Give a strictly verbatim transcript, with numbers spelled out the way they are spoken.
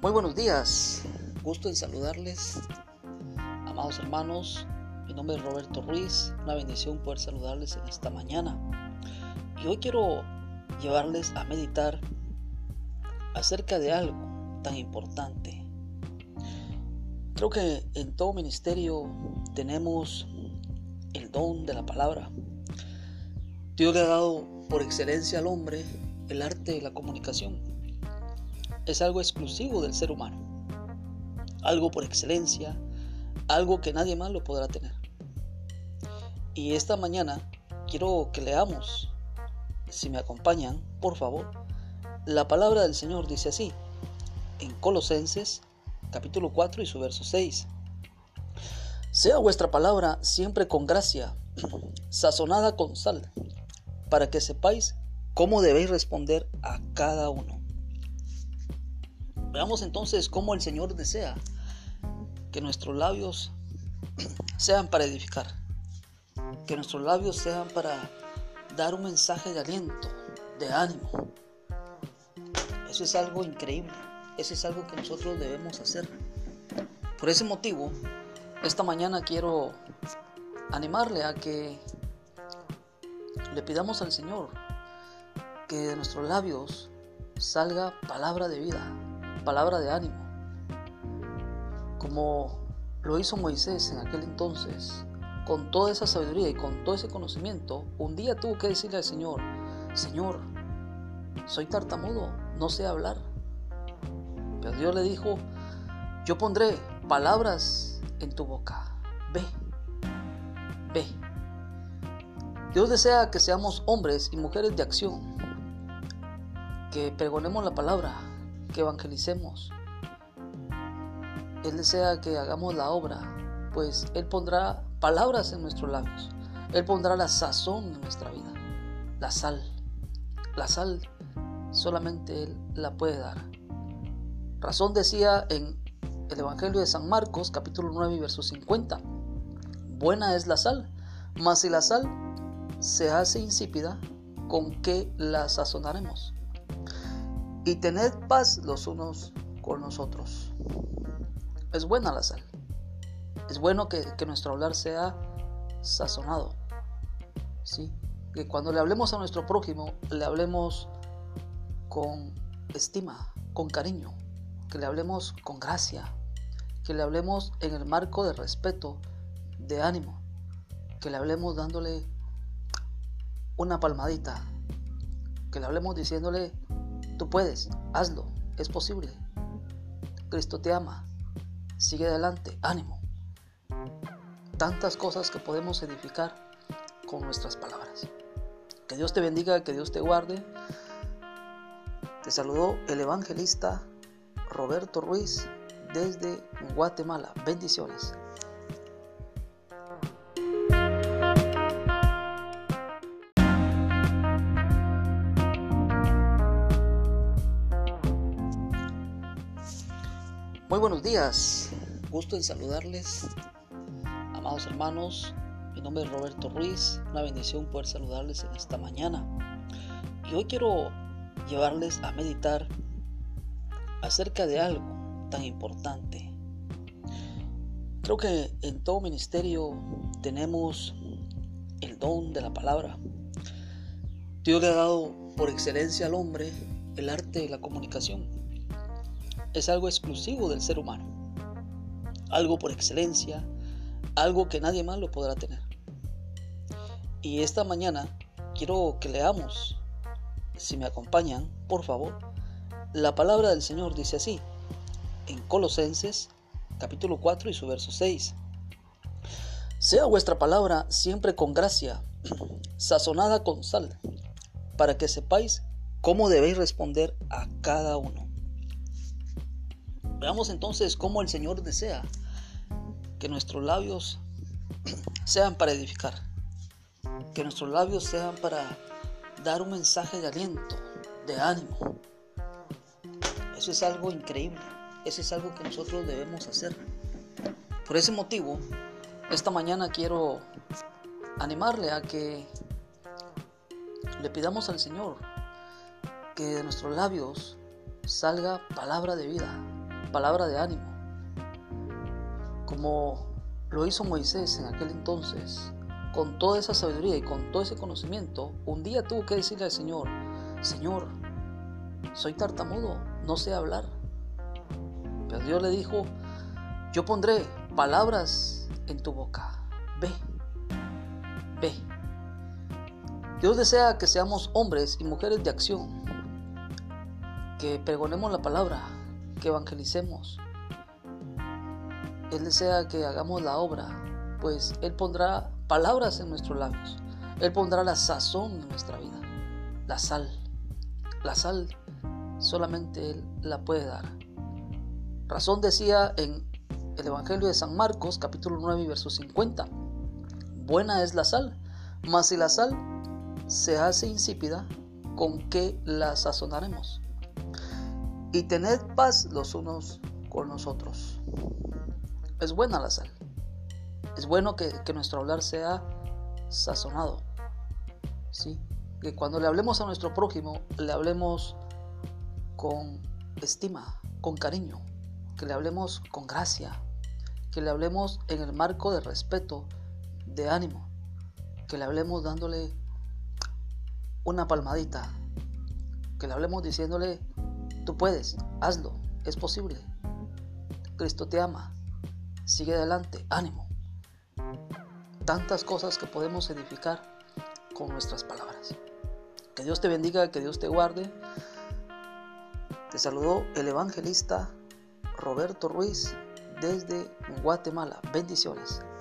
Muy buenos días, gusto en saludarles, amados hermanos. Mi nombre es Roberto Ruiz, una bendición poder saludarles en esta mañana. Y hoy quiero llevarles a meditar acerca de algo tan importante. Creo que en todo ministerio tenemos el don de la palabra. Dios le ha dado por excelencia al hombre el arte de la comunicación. Es algo exclusivo del ser humano, algo por excelencia, algo que nadie más lo podrá tener. Y esta mañana quiero que leamos, si me acompañan, por favor, la palabra del Señor dice así, en Colosenses capítulo cuatro y su verso seis. Sea vuestra palabra siempre con gracia, sazonada con sal, para que sepáis cómo debéis responder a cada uno. Veamos entonces cómo el Señor desea que nuestros labios sean para edificar, que nuestros labios sean para dar un mensaje de aliento, de ánimo. Eso es algo increíble, eso es algo que nosotros debemos hacer. Por ese motivo, esta mañana quiero animarle a que le pidamos al Señor que de nuestros labios salga palabra de vida, palabra de ánimo, como lo hizo Moisés en aquel entonces. Con toda esa sabiduría y con todo ese conocimiento, un día tuvo que decirle al Señor: Señor, soy tartamudo, no sé hablar. Pero Dios le dijo: yo pondré palabras en tu boca, ve, ve. Dios desea que seamos hombres y mujeres de acción, que pregonemos la palabra, que evangelicemos. Él desea que hagamos la obra, pues Él pondrá palabras en nuestros labios. Él pondrá la sazón en nuestra vida, la sal. La sal solamente Él la puede dar. Razón decía en el Evangelio de San Marcos, capítulo nueve, verso cincuenta. Buena es la sal, mas si la sal se hace insípida, ¿con qué la sazonaremos? Y tened paz los unos con los otros. Es buena la sal. Es bueno que, que nuestro hablar sea sazonado, ¿sí? Que cuando le hablemos a nuestro prójimo, le hablemos con estima, con cariño, que le hablemos con gracia, que le hablemos en el marco de respeto, de ánimo, que le hablemos dándole una palmadita, que le hablemos diciéndole: tú puedes, hazlo, es posible, Cristo te ama, sigue adelante, ánimo. Tantas cosas que podemos edificar con nuestras palabras. Que Dios te bendiga, que Dios te guarde. Te saludó el evangelista Roberto Ruiz desde Guatemala. Bendiciones. Muy buenos días, gusto en saludarles, amados hermanos. Mi nombre es Roberto Ruiz, una bendición poder saludarles en esta mañana. Y hoy quiero llevarles a meditar acerca de algo tan importante. Creo que en todo ministerio tenemos el don de la palabra. Dios le ha dado por excelencia al hombre el arte de la comunicación. Es algo exclusivo del ser humano, algo por excelencia, algo que nadie más lo podrá tener. Y esta mañana quiero que leamos, si me acompañan, por favor, la palabra del Señor dice así, en Colosenses capítulo cuatro y su verso seis. Sea vuestra palabra siempre con gracia, sazonada con sal, para que sepáis cómo debéis responder a cada uno. Veamos entonces cómo el Señor desea que nuestros labios sean para edificar, que nuestros labios sean para dar un mensaje de aliento, de ánimo. Eso es algo increíble, eso es algo que nosotros debemos hacer. Por ese motivo, esta mañana quiero animarle a que le pidamos al Señor que de nuestros labios salga palabra de vida, palabra de ánimo, como lo hizo Moisés en aquel entonces. Con toda esa sabiduría y con todo ese conocimiento, un día tuvo que decirle al Señor: Señor, soy tartamudo, no sé hablar. Pero Dios le dijo: yo pondré palabras en tu boca, ve, ve. Dios desea que seamos hombres y mujeres de acción, que pregonemos la palabra, que evangelicemos. Él desea que hagamos la obra, pues Él pondrá palabras en nuestros labios. Él pondrá la sazón en nuestra vida, la sal. La sal solamente Él la puede dar. Razón decía en el Evangelio de San Marcos, capítulo nueve, verso cincuenta: buena es la sal, mas si la sal se hace insípida, ¿con qué la sazonaremos? Y tened paz los unos con los otros. Es buena la sal. Es bueno que, que nuestro hablar sea sazonado, ¿sí? Que cuando le hablemos a nuestro prójimo, le hablemos con estima, con cariño, que le hablemos con gracia, que le hablemos en el marco de respeto, de ánimo, que le hablemos dándole una palmadita, que le hablemos diciéndole: tú puedes, hazlo, es posible, Cristo te ama, sigue adelante, ánimo. Tantas cosas que podemos edificar con nuestras palabras. Que Dios te bendiga, que Dios te guarde. Te saludó el evangelista Roberto Ruiz desde Guatemala. Bendiciones.